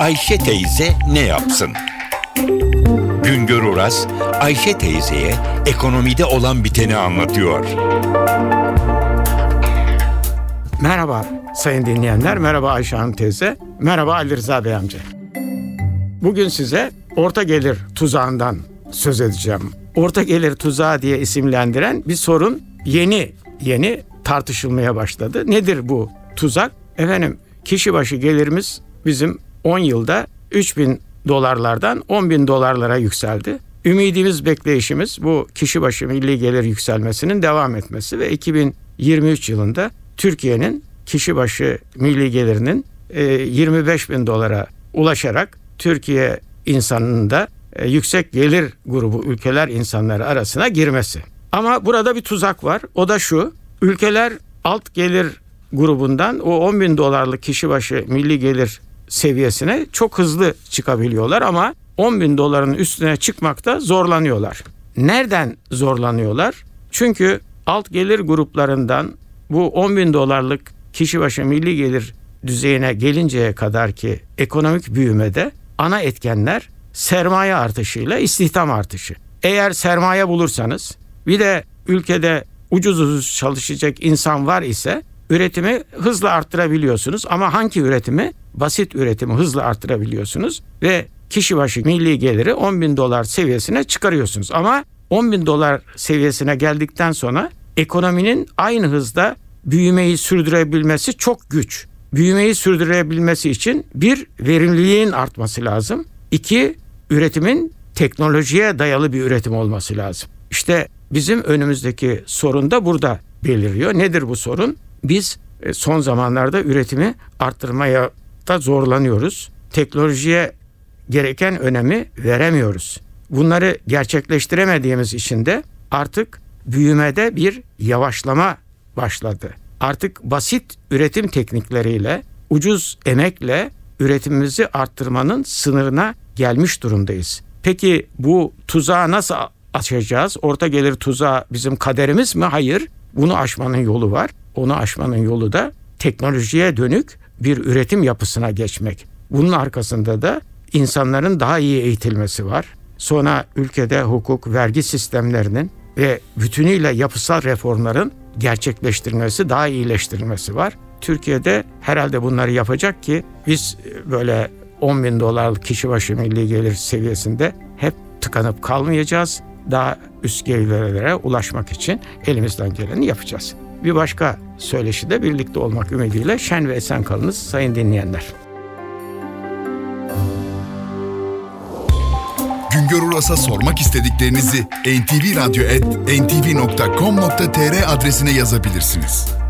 Ayşe teyze ne yapsın? Güngör Oras, Ayşe teyzeye ekonomide olan biteni anlatıyor. Merhaba sayın dinleyenler, merhaba Ayşe Hanım teyze, merhaba Ali Rıza Bey amca. Bugün size orta gelir tuzağından söz edeceğim. Orta gelir tuzağı diye isimlendiren bir sorun yeni tartışılmaya başladı. Nedir bu tuzak? Efendim, kişi başı gelirimiz bizim 10 yılda 3.000 dolarlardan 10.000 dolarlara yükseldi. Ümidimiz, bekleyişimiz bu kişi başı milli gelir yükselmesinin devam etmesi ve 2023 yılında Türkiye'nin kişi başı milli gelirinin 25.000 dolara ulaşarak Türkiye insanının da yüksek gelir grubu ülkeler insanları arasına girmesi. Ama burada bir tuzak var. O da şu: ülkeler alt gelir grubundan o 10.000 dolarlık kişi başı milli gelir seviyesine çok hızlı çıkabiliyorlar ama 10.000 doların üstüne çıkmakta zorlanıyorlar. Nereden zorlanıyorlar? Çünkü alt gelir gruplarından bu 10.000 dolarlık kişi başı milli gelir düzeyine gelinceye kadar ki ekonomik büyümede ana etkenler sermaye artışıyla istihdam artışı. Eğer sermaye bulursanız, bir de ülkede ucuz çalışacak insan var ise üretimi hızla arttırabiliyorsunuz. Ama hangi üretimi? Basit üretimi hızla arttırabiliyorsunuz ve kişi başı milli geliri 10.000 dolar seviyesine çıkarıyorsunuz. Ama 10.000 dolar seviyesine geldikten sonra ekonominin aynı hızda büyümeyi sürdürebilmesi çok güç. Büyümeyi sürdürebilmesi için bir, verimliliğin artması lazım. İki, üretimin teknolojiye dayalı bir üretim olması lazım. İşte bizim önümüzdeki sorun da burada beliriyor. Nedir bu sorun? Biz son zamanlarda üretimi arttırmaya da zorlanıyoruz. Teknolojiye gereken önemi veremiyoruz. Bunları gerçekleştiremediğimiz için de artık büyümede bir yavaşlama başladı. Artık basit üretim teknikleriyle, ucuz emekle üretimimizi arttırmanın sınırına gelmiş durumdayız. Peki bu tuzağı nasıl aşacağız? Orta gelir tuzağı bizim kaderimiz mi? Hayır. Bunu aşmanın yolu var. Onu aşmanın yolu da teknolojiye dönük bir üretim yapısına geçmek. Bunun arkasında da insanların daha iyi eğitilmesi var. Sonra ülkede hukuk, vergi sistemlerinin ve bütünüyle yapısal reformların gerçekleştirilmesi, daha iyileştirilmesi var. Türkiye'de herhalde bunları yapacak ki biz böyle 10.000 dolarlık kişi başı milli gelir seviyesinde hep tıkanıp kalmayacağız. Daha üst gelirlere ulaşmak için elimizden geleni yapacağız. Bir başka söyleşide birlikte olmak ümidiyle şen ve esen kalınız sayın dinleyenler. Güngör Oras'a sormak istediklerinizi ntvradyo@ntv.com.tr adresine yazabilirsiniz.